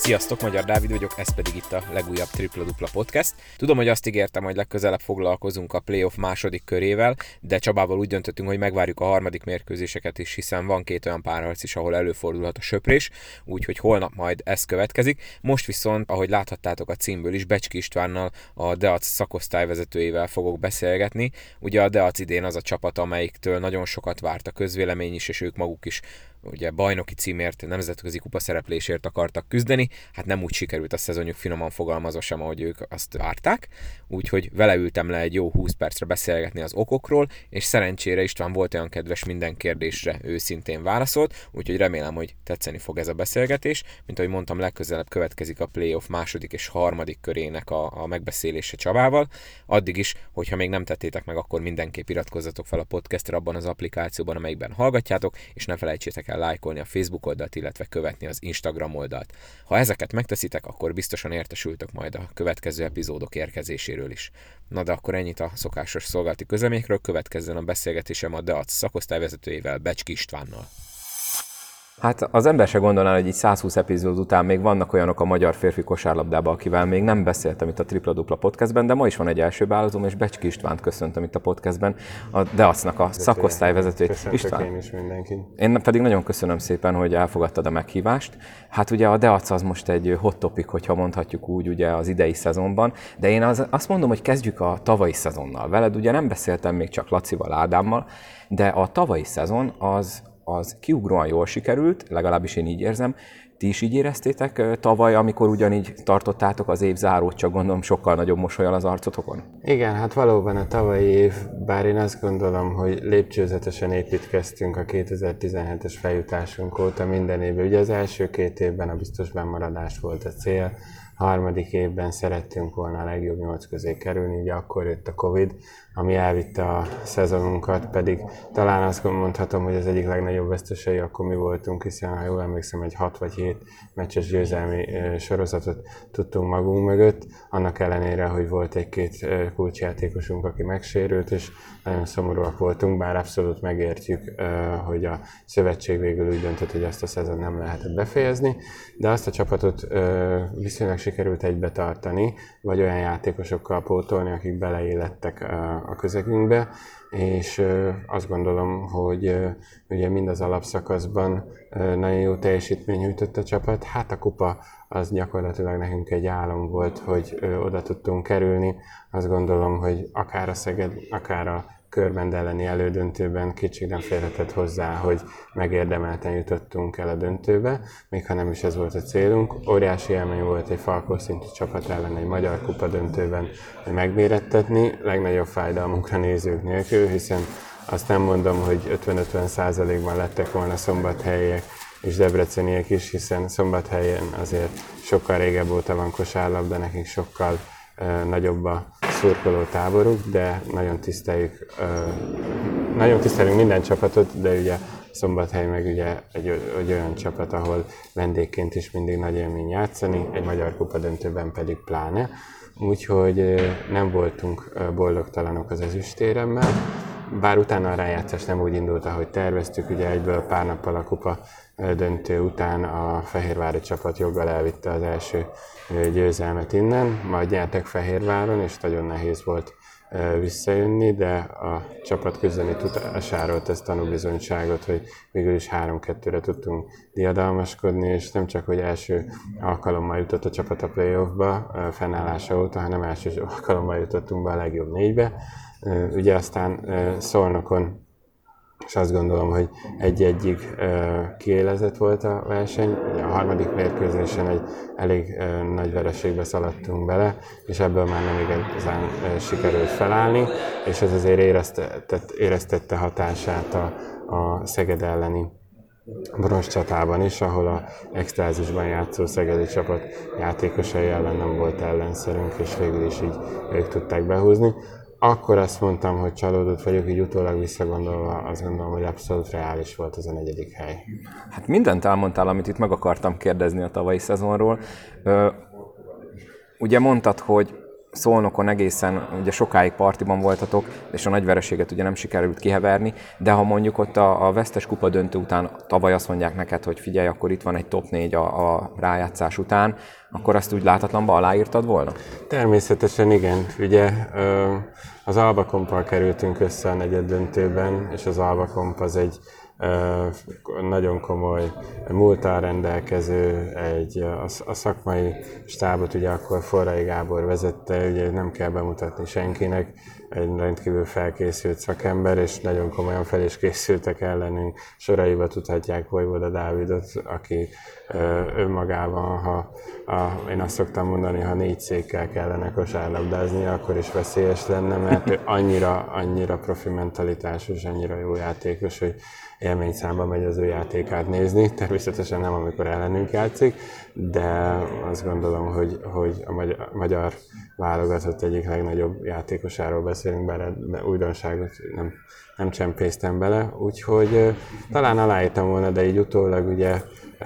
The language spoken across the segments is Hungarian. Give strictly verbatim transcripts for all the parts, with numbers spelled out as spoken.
Sziasztok, Magyar Dávid vagyok, ez pedig itt a legújabb Tripla Dupla Podcast. Tudom, hogy azt ígértem, hogy legközelebb foglalkozunk a playoff második körével, de Csabával úgy döntöttünk, hogy megvárjuk a harmadik mérkőzéseket is, hiszen van két olyan párharc is, ahol előfordulhat a söprés, úgyhogy holnap majd ez következik. Most viszont, ahogy láthattátok a címből is, Becski Istvánnal, a Deac szakosztályvezetőjével fogok beszélgetni. Ugye a Deac idén az a csapat, amelyiktől nagyon sokat várt a közvélemény is, és ők maguk is ugye bajnoki címért, nemzetközi kupaszereplésért akartak küzdeni, hát nem úgy sikerült a szezonjuk, finoman fogalmazva sem, ahogy ők azt várták, úgyhogy vele ültem le egy jó húsz percre beszélgetni az okokról, és szerencsére István volt olyan kedves, minden kérdésre őszintén válaszolt, úgyhogy remélem, hogy tetszeni fog ez a beszélgetés. Mint ahogy mondtam, legközelebb következik a playoff második és harmadik körének a, a megbeszélése Csabával. Addig is, hogyha még nem tettétek meg, akkor mindenképp iratkozzatok fel a podcastra abban az applikációban, amelyikben hallgatjátok, és ne felejtsétek el lájkolni a Facebook oldalt, illetve követni az Instagram oldalt. Ha ezeket megteszitek, akkor biztosan értesültök majd a következő epizódok érkezéséről is. Na de akkor ennyit a szokásos szolgálati közleményekről, következzen a beszélgetésem a Deac szakosztályvezetőjével, Becski Istvánnal. Hát az ember se gondolná, hogy így száz húsz epizód után még vannak olyanok a magyar férfi kosárlabdában, akivel még nem beszéltem itt a Tripla Dupla Podcastben, de ma is van egy első beállozóm, és Becski Istvánt köszöntöm itt a podcastben, a Deacnak a szakosztályvezetőjét. István, én is mindenki. Én pedig nagyon köszönöm szépen, hogy elfogadtad a meghívást. Hát ugye a Deac az most egy hot topic, hogyha mondhatjuk úgy, ugye az idei szezonban, de én az, azt mondom, hogy kezdjük a tavalyi szezonnal. Veled ugye nem beszéltem még csak Lacival, Ádámmal, de a tavalyi szezon az az kiugróan jól sikerült, legalábbis én így érzem. Ti is így éreztétek tavaly, amikor ugyanígy tartottátok az év zárót, csak gondolom sokkal nagyobb mosollyal az arcotokon? Igen, hát valóban a tavalyi év, bár én azt gondolom, hogy lépcsőzetesen építkeztünk a kétezer-tizenhetes feljutásunk óta minden évben. Ugye az első két évben a biztos bennmaradás volt a cél, a harmadik évben szerettünk volna a legjobb nyolc közé kerülni, ugye akkor jött a Covid, ami elvitte a szezonunkat, pedig talán azt mondhatom, hogy az egyik legnagyobb vesztesei akkor mi voltunk, hiszen ha jól emlékszem, egy hat vagy hét meccses győzelmi sorozatot tudtunk magunk mögött, annak ellenére, hogy volt egy-két kulcsjátékosunk, aki megsérült, és nagyon szomorúak voltunk, bár abszolút megértjük, hogy a szövetség végül úgy döntött, hogy azt a szezon nem lehetett befejezni, de azt a csapatot viszonylag sikerült egybe tartani, vagy olyan játékosokkal pótolni, akik beleillettek a közegünkbe, és azt gondolom, hogy ugye mind az alapszakaszban nagyon jó teljesítmény nyújtott a csapat. Hát a kupa az gyakorlatilag nekünk egy álom volt, hogy oda tudtunk kerülni. Azt gondolom, hogy akár a Szeged, akár a Körmend elleni elődöntőben kétség nem férhetett hozzá, hogy megérdemelten jutottunk el a döntőbe, még ha nem is ez volt a célunk. Óriási élmény volt egy Falkó szintű csapat ellen egy magyar kupa döntőben megmérettetni, legnagyobb fájdalmunkra nézők nélkül, hiszen azt nem mondom, hogy ötven-ötven százalékban lettek volna szombathelyiek és debreceniek is, hiszen Szombathelyen azért sokkal régebb óta van kosárlabda, nekünk sokkal uh, nagyobb a szurkoló táboruk, de nagyon tiszteljük, uh, nagyon tisztelünk minden csapatot, de ugye Szombathely meg ugye egy, egy olyan csapat, ahol vendégként is mindig nagy élmény játszani, egy magyar kupa döntőben pedig pláne. Úgyhogy uh, nem voltunk uh, boldogtalanok az ezüstéremmel, bár utána a rájátszás nem úgy indult, ahogy terveztük, ugye egyből pár nappal a kupa döntő után a fehérvári csapat joggal elvitte az első győzelmet innen, majd nyertek Fehérváron, és nagyon nehéz volt visszajönni, de a csapat küzdeni tudásáról tesz tanúbizonyságot, hogy végül is három kettőre tudtunk diadalmaskodni, és nem csak, hogy első alkalommal jutott a csapat a playoffba fennállása óta, hanem első alkalommal jutottunk be a legjobb négybe. Ugye aztán Szolnokon, és azt gondolom, hogy egy-egyig kiélezett volt a verseny. Ugye a harmadik mérkőzésen egy elég nagy vereségbe szaladtunk bele, és ebből már nem igazán sikerült felállni, és ez azért éreztette, éreztette hatását a, a Szeged elleni bronz csatában is, ahol a extrázisban játszó szegedi csapat játékosai ellen nem volt ellenszerünk, és végül is így ők tudták behúzni. Akkor azt mondtam, hogy csalódott vagyok, így utólag visszagondolva azt gondolom, hogy abszolút reális volt az a negyedik hely. Hát mindent elmondtál, amit itt meg akartam kérdezni a tavalyi szezonról. Ö, ugye mondtad, hogy Szolnokon egészen ugye sokáig partiban voltatok, és a nagy vereséget ugye nem sikerült kiheverni, de ha mondjuk ott a, a vesztes kupa döntő után tavaly azt mondják neked, hogy figyelj, akkor itt van egy top négy a, a rájátszás után, akkor azt úgy láthatlanba aláírtad volna? Természetesen igen. Ugye az Alba Kompal kerültünk össze a negyed döntőben, és az Alba Komp az egy nagyon komoly múlttal rendelkező, egy, a, a szakmai stábot ugye akkor Forrai Gábor vezette, ugye nem kell bemutatni senkinek, egy rendkívül felkészült szakember, és nagyon komolyan fel is készültek ellenünk. Soraiba tudhatják Vojvoda Dávidot, aki önmagában, ha a, én azt szoktam mondani, ha négy székkel kellene kosárlabdázni, akkor is veszélyes lenne, mert ő annyira, annyira profi mentalitásos, annyira jó játékos, hogy élményszámba megy az ő játékát nézni. Természetesen nem, amikor ellenünk játszik, de azt gondolom, hogy, hogy a magyar, magyar válogatott egyik legnagyobb játékosáról beszélünk, bár újdonságot nem, nem csempésztem bele, úgyhogy talán aláírtam volna, de így utólag ugye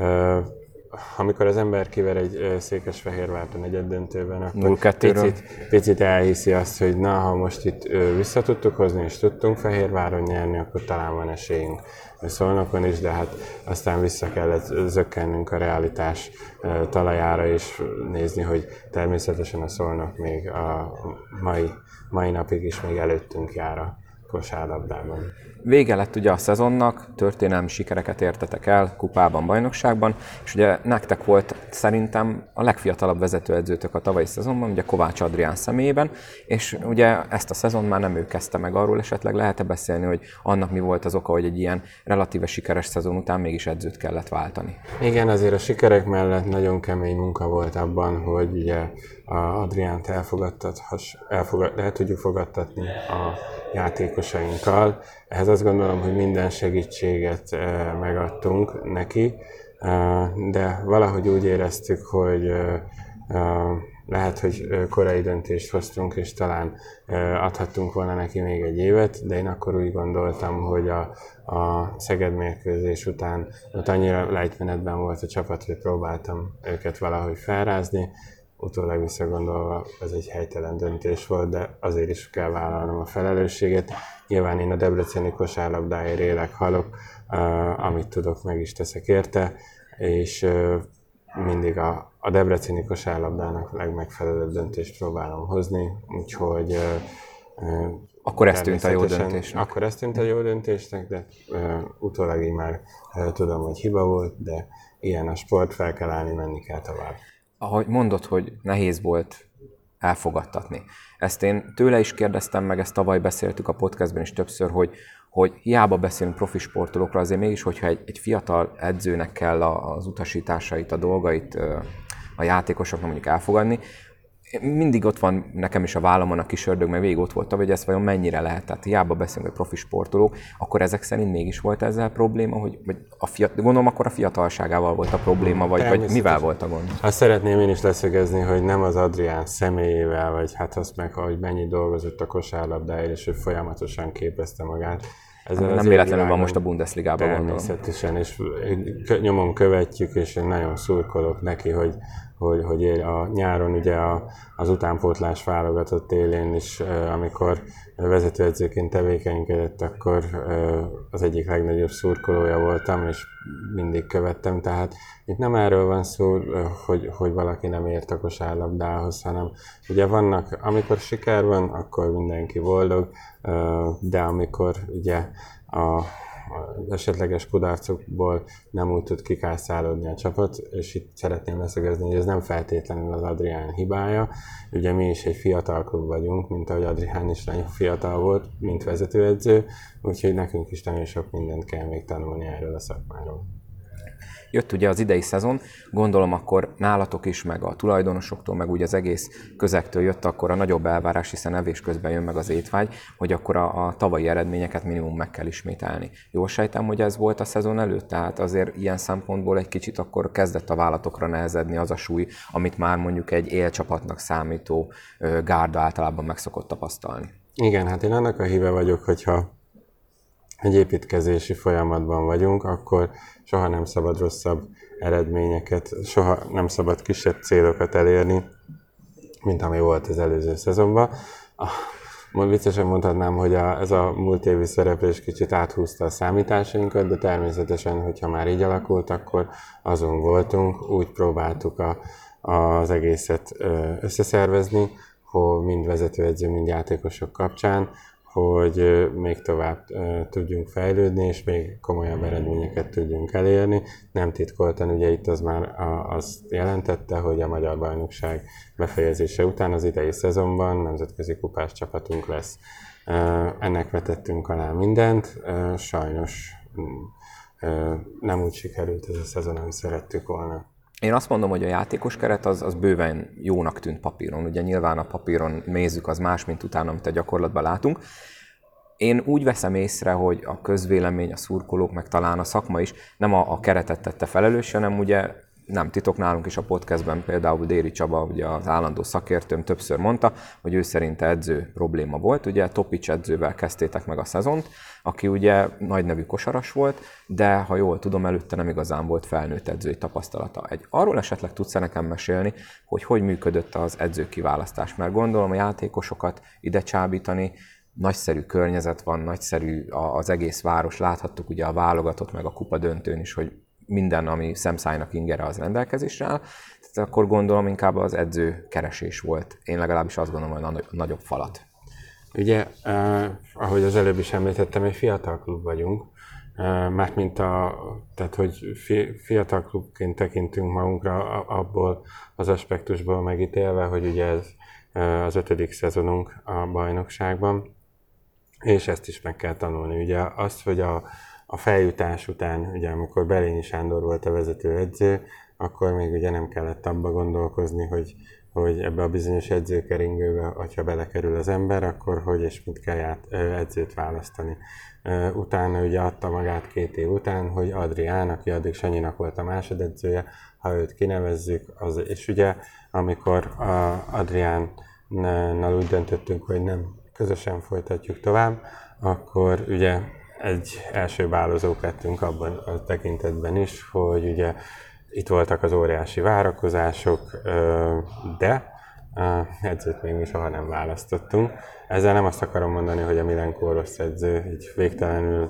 amikor az ember kiver egy Székesfehérvárt a negyeddöntőben, akkor picit, picit elhiszi azt, hogy na, ha most itt vissza tudtuk hozni, és tudtunk Fehérváron nyerni, akkor talán van esélyünk Szolnokon is, de hát aztán vissza kellett zökkennünk a realitás talajára, és nézni, hogy természetesen a Szolnok még a mai, mai napig is még előttünk jár a kosárlabdában. Vége lett ugye a szezonnak, történelmi sikereket értetek el kupában, bajnokságban, és ugye nektek volt szerintem a legfiatalabb vezetőedzőtök a tavalyi szezonban, ugye Kovács Adrián személyében, és ugye ezt a szezon már nem ő kezdte meg, arról esetleg lehet-e beszélni, hogy annak mi volt az oka, hogy egy ilyen relatíve sikeres szezon után mégis edzőt kellett váltani? Igen, azért a sikerek mellett nagyon kemény munka volt abban, hogy ugye a Adriánt elfogadtathass, elfogad, el tudjuk fogadtatni a játékosainkkal. Ehhez azt gondolom, hogy minden segítséget megadtunk neki, de valahogy úgy éreztük, hogy lehet, hogy korai döntést hoztunk, és talán adhattunk volna neki még egy évet, de én akkor úgy gondoltam, hogy a, a Szeged mérkőzés után ott annyira lejtmenetben volt a csapat, hogy próbáltam őket valahogy felrázni. Utólag visszagondolva ez egy helytelen döntés volt, de azért is kell vállalnom a felelősséget. Nyilván én a debreceni kosárlabdáért élek, halok, amit tudok, meg is teszek érte, és mindig a, a debreceni kosárlabdának legmegfelelőbb döntést próbálom hozni, úgyhogy akkor ez tűnt a jó döntésnek. Akkor ez tűnt a jó döntésnek, de utólag így már tudom, hogy hiba volt, de ilyen a sport, fel kell állni, menni kell tovább. Ahogy mondod, hogy nehéz volt elfogadtatni. Ezt én tőle is kérdeztem meg, ezt tavaly beszéltük a podcastben is többször, hogy, hogy hiába beszélünk profi sportolókra, azért mégis, hogyha egy, egy fiatal edzőnek kell az utasításait, a dolgait a játékosoknak mondjuk elfogadni, mindig ott van nekem is a vállamon a kis ördög, mert végig ott volt, hogy ez vajon mennyire lehet. Tehát hiába beszélünk, hogy profi sportolók, akkor ezek szerint mégis volt ezzel probléma, hogy vagy a fiat, gondolom akkor a fiatalságával volt a probléma, vagy, vagy mivel volt a gond? Azt szeretném én is leszögezni, hogy nem az Adrián személyével, vagy hát azt meg, hogy mennyi dolgozott a kosárlabdáért, és ő folyamatosan képezte magát. Ezzel nem véletlenül van most a Bundesligában, gondolom. Természetesen, és nyomon követjük, és én nagyon szurkolok neki, hogy hogy, hogy a nyáron ugye a, az utánpótlás válogatott élén is, amikor vezetőedzőként tevékenykedett, akkor az egyik legnagyobb szurkolója voltam, és mindig követtem, tehát itt nem erről van szó, hogy, hogy valaki nem ért a kosárlabdához, hanem ugye vannak, amikor siker van, akkor mindenki boldog, de amikor ugye a az esetleges kudarcokból nem úgy tud kikászálódni a csapat, és itt szeretném leszögezni, hogy ez nem feltétlenül az Adrián hibája. Ugye mi is egy fiatal klub vagyunk, mint ahogy Adrián is nagyon fiatal volt, mint vezetőedző, úgyhogy nekünk is nagyon sok mindent kell még tanulni erről a szakmáról. Jött ugye az idei szezon, gondolom akkor nálatok is, meg a tulajdonosoktól, meg úgy az egész közegtől jött akkor a nagyobb elvárás, hiszen evés közben jön meg az étvágy, hogy akkor a, a tavalyi eredményeket minimum meg kell ismételni. Jól sejtem, hogy ez volt a szezon előtt, tehát azért ilyen szempontból egy kicsit akkor kezdett a vállatokra nehezedni az a súly, amit már mondjuk egy élcsapatnak számító gárda általában meg szokott tapasztalni. Igen, hát én annak a híve vagyok, hogyha egy építkezési folyamatban vagyunk, akkor soha nem szabad rosszabb eredményeket, soha nem szabad kisebb célokat elérni, mint ami volt az előző szezonban. Most viccesen mondhatnám, hogy a, ez a múlt évi szereplés kicsit áthúzta a számításainkat, de természetesen, hogyha már így alakult, akkor azon voltunk, úgy próbáltuk a, az egészet összeszervezni, hogy mind vezetőedző, mind játékosok kapcsán, hogy még tovább tudjunk fejlődni, és még komolyabb eredményeket tudjunk elérni. Nem titkoltan, ugye itt az már azt jelentette, hogy a Magyar Bajnokság befejezése után az idei szezonban nemzetközi kupás csapatunk lesz. Ennek vetettünk alá mindent, sajnos nem úgy sikerült ez a szezon, ahogy szerettük volna. Én azt mondom, hogy a játékos keret az, az bőven jónak tűnt papíron. Ugye nyilván a papíron nézzük, az más, mint utána, amit a gyakorlatban látunk. Én úgy veszem észre, hogy a közvélemény, a szurkolók, meg talán a szakma is nem a, a keretet tette felelős, hanem ugye nem titok, nálunk is a podcastben például Déri Csaba, ugye az állandó szakértőm többször mondta, hogy ő szerinte edző probléma volt. Ugye Topics edzővel kezdtétek meg a szezont, aki ugye nagy nevű kosaras volt, de ha jól tudom, előtte nem igazán volt felnőtt edzői tapasztalata. Egy, arról esetleg tudsz nekem mesélni, hogy hogy működött az edzőkiválasztás, mert gondolom a játékosokat ide csábítani, nagyszerű környezet van, nagyszerű az egész város, láthattuk ugye a válogatott meg a kupa döntőn is, hogy minden, ami szemszájnak ingere, az rendelkezésre áll. Tehát akkor gondolom inkább az edző keresés volt. Én legalábbis azt gondolom, hogy a nagyobb falat. Ugye, eh, ahogy az előbb is említettem, egy fiatal klub vagyunk. Eh, mármint a, tehát, hogy fi, fiatal klubként tekintünk magunkra abból az aspektusból megítélve, hogy ugye ez eh, az ötödik szezonunk a bajnokságban, és ezt is meg kell tanulni. Ugye az, hogy a A feljutás után, ugye amikor Belényi Sándor volt a vezetőedző, akkor még ugye nem kellett abba gondolkozni, hogy, hogy ebbe a bizonyos edzőkeringőbe, hogyha belekerül az ember, akkor hogy és mit kell ját, edzőt választani. Utána ugye adta magát két év után, hogy Adrián, aki addig Sanyinak volt a másodedzője, ha őt kinevezzük, az, és ugye amikor Adriánnal úgy döntöttünk, hogy nem közösen folytatjuk tovább, akkor ugye egy első bálozók lettünk abban a tekintetben is, hogy ugye itt voltak az óriási várakozások, de edzőt még mi soha nem választottunk. Ezzel nem azt akarom mondani, hogy a Milenko rossz edző, így végtelenül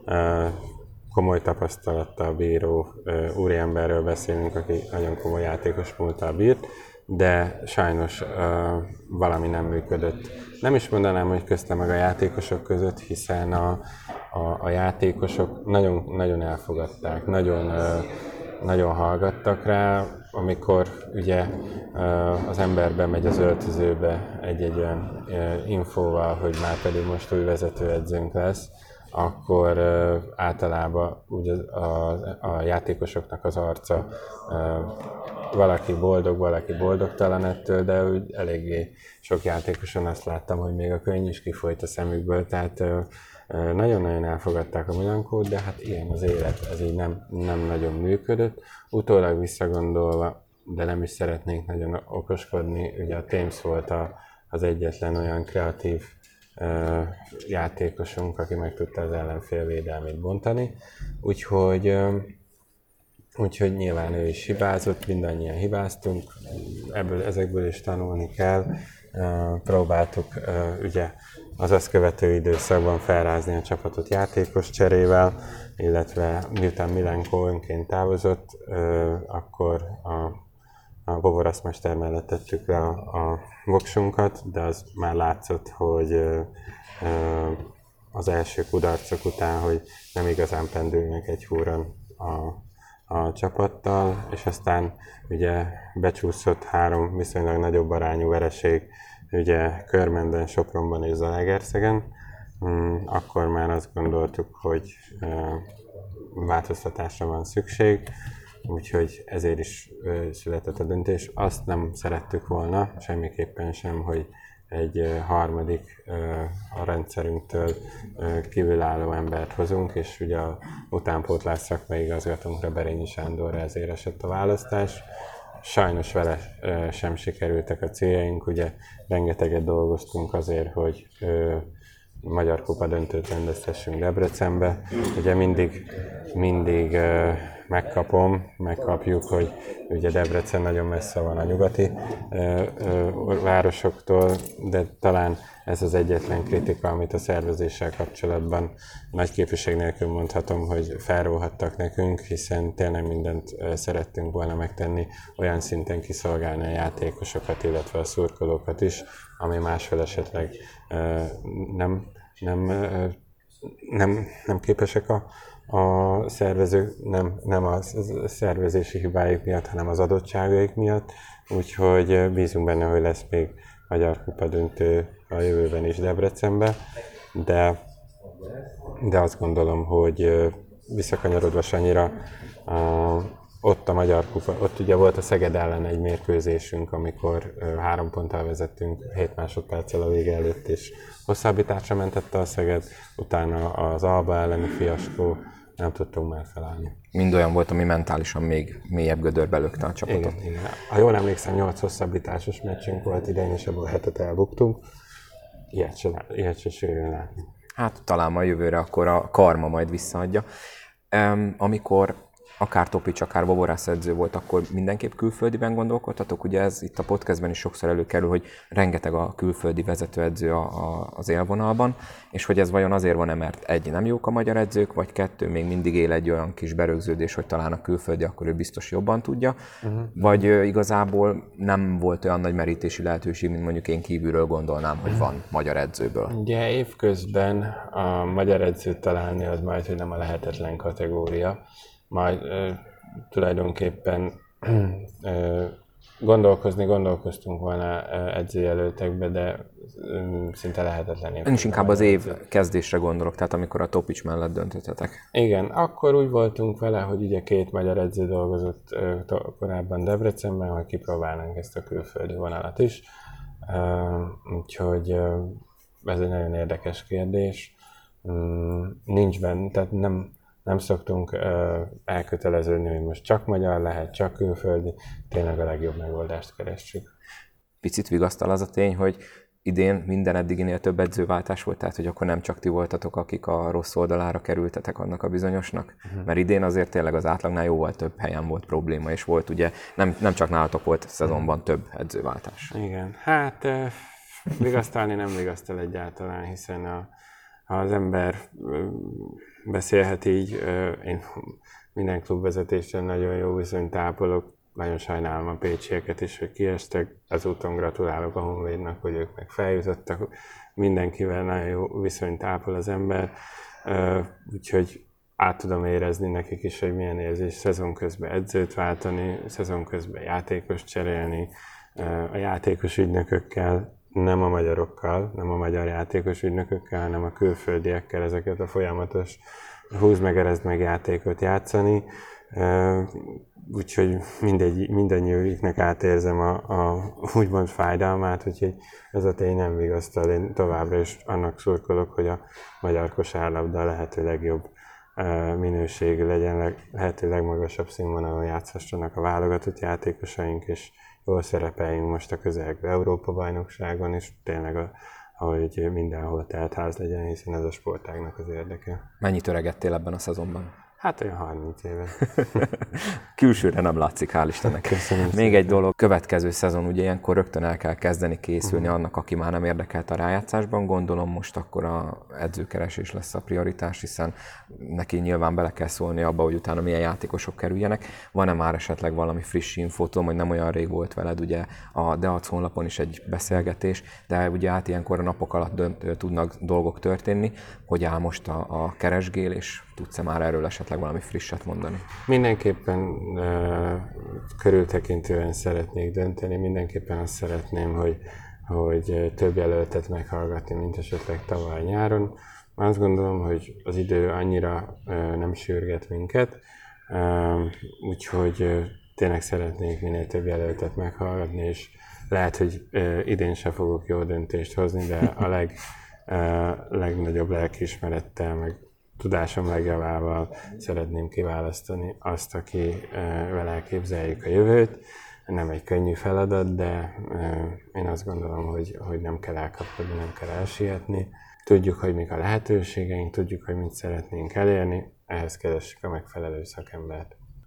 komoly tapasztalattal bíró úriemberről beszélünk, aki nagyon komoly játékos múlttal bírt, de sajnos uh, valami nem működött. Nem is mondanám, hogy közte meg a játékosok között, hiszen a, a, a játékosok nagyon, nagyon elfogadták, nagyon, uh, nagyon hallgattak rá, amikor ugye uh, az ember bemegy az öltözőbe egy-egy olyan uh, infóval, hogy már pedig most új vezetőedzőnk lesz, akkor uh, általában ugye a, a játékosoknak az arca uh, valaki boldog, valaki boldogtalan ettől, de úgy eléggé sok játékoson azt láttam, hogy még a könny is kifolyt a szemükből, tehát uh, nagyon-nagyon elfogadták a Milankót, de hát ilyen az élet, ez így nem, nem nagyon működött. Utólag visszagondolva, de nem is szeretnénk nagyon okoskodni, ugye a Thames volt a, az egyetlen olyan kreatív uh, játékosunk, aki meg tudta az ellenfél védelmét bontani, úgyhogy, uh, úgyhogy nyilván ő is hibázott, mindannyian hibáztunk, ebből, ezekből is tanulni kell. Uh, próbáltuk uh, ugye az azt követő időszakban felrázni a csapatot játékos cserével, illetve miután Milenko önként távozott, uh, akkor a, a boboraszmester mellett tettük le a, a voksunkat, de az már látszott, hogy uh, uh, az első kudarcok után, hogy nem igazán pendülnek egy húron a a csapattal, és aztán ugye becsúszott három viszonylag nagyobb arányú vereség, ugye Körmenden, Sopronban és Zalaegerszegen. Akkor már azt gondoltuk, hogy változtatásra van szükség, úgyhogy ezért is született a döntés. Azt nem szerettük volna, semmiképpen sem, hogy egy harmadik a rendszerünktől kívülálló embert hozunk, és ugye a utánpótlás szakmai igazgatónkra, Berényi Sándorra ezért esett a választás. Sajnos vele sem sikerültek a céljaink, ugye rengeteget dolgoztunk azért, hogy Magyar Kupa döntőt rendeztessünk Debrecenbe. Ugye mindig, mindig megkapom, megkapjuk, hogy ugye Debrecen nagyon messze van a nyugati ö, ö, városoktól, de talán ez az egyetlen kritika, amit a szervezéssel kapcsolatban nagy képviség nélkül mondhatom, hogy felróhattak nekünk, hiszen tényleg mindent szerettünk volna megtenni, olyan szinten kiszolgálni a játékosokat, illetve a szurkolókat is, ami máshol esetleg ö, nem, nem, ö, nem, nem képesek a a szervezők, nem, nem a szervezési hibáik miatt, hanem az adottságaik miatt, úgyhogy bízunk benne, hogy lesz még Magyar Kupa döntő a jövőben is Debrecenben, de, de azt gondolom, hogy visszakanyarodva Sanyira, ott a Magyar Kupa, ott ugye volt a Szeged ellen egy mérkőzésünk, amikor három ponttal vezettünk hét másodperccel a vége előtt, és hosszabbításra mentette a Szeged, utána az Alba elleni fiaskó, nem tudtunk már felállni. Mind olyan volt, ami mentálisan még mélyebb gödörbe lökte a csapatot. Igen, igen. Ha jól emlékszem, nyolc hosszabbításos meccsünk volt idején, és ebből hetet elbuktunk. Ilyet se, ilyet se sűrűn látni. Hát talán ma jövőre akkor a karma majd visszaadja. Um, amikor akár Topics, akár Boborász edző volt, akkor mindenképp külföldiben gondolkodtatok? Ugye ez itt a podcastben is sokszor előkerül, hogy rengeteg a külföldi vezetőedző a, a, az élvonalban, és hogy ez vajon azért van-e, mert egy, nem jók a magyar edzők, vagy kettő, még mindig él egy olyan kis berögződés, hogy talán a külföldi, akkor ő biztos jobban tudja, uh-huh. vagy uh, igazából nem volt olyan nagy merítési lehetőség, mint mondjuk én kívülről gondolnám, hogy van magyar edzőből. Ugye évközben a magyar edzőt találni az majd, hogy nem a lehetetlen kategória. Majd ö, tulajdonképpen ö, gondolkozni, gondolkoztunk volna edzőjelöltekbe, de ö, szinte lehetetlen. Ön is inkább az év kezdésre gondolok, tehát amikor a Topics mellett döntöttetek. Igen, akkor úgy voltunk vele, hogy ugye két magyar edző dolgozott ö, korábban Debrecenben, hogy kipróbálnánk ezt a külföldi vonalat is. Ö, úgyhogy ö, ez egy nagyon érdekes kérdés. Ö, nincs benne, tehát nem Nem szoktunk uh, elköteleződni, hogy most csak magyar lehet, csak külföldi, tényleg a legjobb megoldást keressük. Picit vigasztal az a tény, hogy idén minden eddiginél több edzőváltás volt, tehát hogy akkor nem csak ti voltatok, akik a rossz oldalára kerültetek annak a bizonyosnak, uh-huh. mert idén azért tényleg az átlagnál jóval több helyen volt probléma, és volt ugye, nem, nem csak nálatok volt szezonban több edzőváltás. Igen, hát uh, vigasztalni nem vigasztal egyáltalán, hiszen a, ha az ember uh, beszélhet így, én minden klubvezetéssel nagyon jó viszonyt tápolok, nagyon sajnálom a pécsieket is, hogy kiestek, ezúton gratulálok a Honvédnak, hogy ők meg feljutottak, mindenkivel nagyon jó viszonyt tápol az ember, úgyhogy át tudom érezni nekik is, hogy milyen érzés szezon közben edzőt váltani, szezon közben játékos cserélni, a játékos ügynökökkel, nem a magyarokkal, nem a magyar játékos ügynökökkel, hanem a külföldiekkel ezeket a folyamatos húz meg, erezd meg játékot játszani. Úgyhogy mindegy, mindannyiuknak átérzem a, a úgymond fájdalmát, úgyhogy ez a tény nem vigasztal. Én továbbra is annak szurkolok, hogy a magyar kosárlabda lehető legjobb minőségű legyen, lehető legmagasabb színvonalon játszhassanak a válogatott játékosaink, és jól szerepeljünk most a közelgő Európa-bajnokságon, és tényleg, a, ahogy mindenhol teltház legyen, hiszen ez a sportágnak az érdeke. Mennyit öregedtél ebben a szezonban? Hát olyan harminc éve. Külsőre nem látszik, hál' Istennek. Köszönöm Még szépen. egy dolog, következő szezon, ugye ilyenkor rögtön el kell kezdeni készülni uh-huh. annak, aki már nem érdekelt a rájátszásban. Gondolom most akkor a edzőkeresés lesz a prioritás, hiszen neki nyilván bele kell szólni abba, hogy utána milyen játékosok kerüljenek. Van-e már esetleg valami friss infó? Tudom, hogy nem olyan rég volt veled ugye a Deac honlapon is egy beszélgetés, de ugye hát ilyenkor a napok alatt dönt, tudnak dolgok történni. Hogy áll most a, a keresgélés? Tudsz-e már erről esetleg valami frisset mondani? Mindenképpen uh, körültekintően szeretnék dönteni, mindenképpen azt szeretném, hogy, hogy több jelöltet meghallgatni, mint esetleg tavaly nyáron. Azt gondolom, hogy az idő annyira uh, nem sürget minket, uh, úgyhogy uh, tényleg szeretnék minél több jelöltet meghallgatni, és lehet, hogy uh, idén se fogok jó döntést hozni, de a leg, uh, legnagyobb lelkiismerettel, meg tudásom legjavával szeretném kiválasztani azt, aki vele elképzeljük a jövőt. Nem egy könnyű feladat, de én azt gondolom, hogy, hogy nem kell elkapkodni, nem kell elsietni. Tudjuk, hogy mik a lehetőségeink, tudjuk, hogy mit szeretnénk elérni, ehhez keressük a megfelelő szakembert.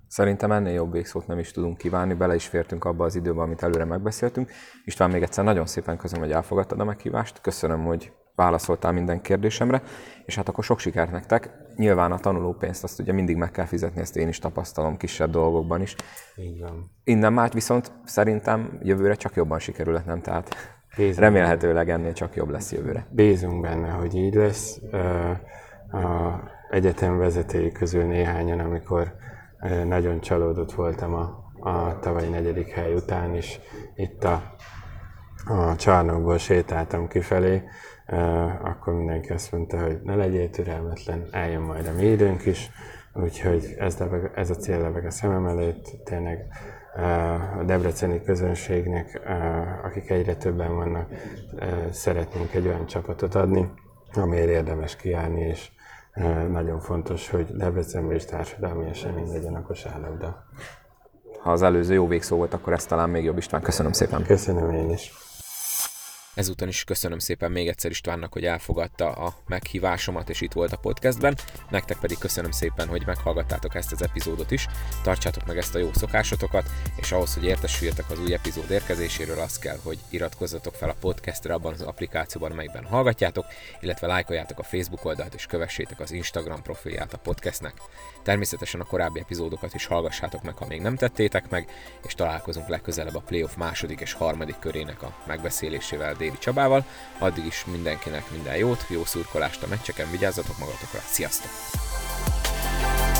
Szerintem ennél jobb végszót nem is tudunk kívánni, bele is fértünk abba az időbe, amit előre megbeszéltünk. István, még egyszer nagyon szépen köszönöm, hogy elfogadtad a meghívást, köszönöm, hogy válaszoltál minden kérdésemre, és hát akkor sok sikert nektek. Nyilván a tanulópénzt azt ugye mindig meg kell fizetni, ezt én is tapasztalom kisebb dolgokban is. Így van. Innen már viszont szerintem jövőre csak jobban sikerülhet, nem? Tehát Bízunk remélhetőleg ennél csak jobb lesz jövőre. Bízunk benne, hogy így lesz. A egyetem vezetői közül néhányan, amikor nagyon csalódott voltam a, a tavalyi negyedik hely után is, itt a, a csarnokból sétáltam kifelé, akkor mindenki azt mondta, hogy ne legyél türelmetlen, eljön majd a mi időnk is, úgyhogy ez, lebeg, ez a cél lebeg a szemem előtt, tényleg a debreceni közönségnek, akik egyre többen vannak, szeretnénk egy olyan csapatot adni, amiért érdemes kijárni, és nagyon fontos, hogy Debrecenben is társadalmi esemény legyen a kosárlabda. Ha az előző jó végszó volt, akkor ez talán még jobb. István, köszönöm szépen. Köszönöm én is. Ezúton is köszönöm szépen még egyszer Istvánnak, hogy elfogadta a meghívásomat, és itt volt a podcastben. Nektek pedig köszönöm szépen, hogy meghallgattátok ezt az epizódot is. Tartsátok meg ezt a jó szokásotokat, és ahhoz, hogy értesüljetek az új epizód érkezéséről, az kell, hogy iratkozzatok fel a podcastre abban az applikációban, amelyben hallgatjátok, illetve lájkoljátok a Facebook oldalt, és kövessétek az Instagram profilját a podcastnek. Természetesen a korábbi epizódokat is hallgassátok meg, ha még nem tettétek meg, és találkozunk legközelebb a playoff második és harmadik körének a megbeszélésével Déri Csabával. Addig is mindenkinek minden jót, jó szurkolást a meccseken, vigyázzatok magatokra, sziasztok!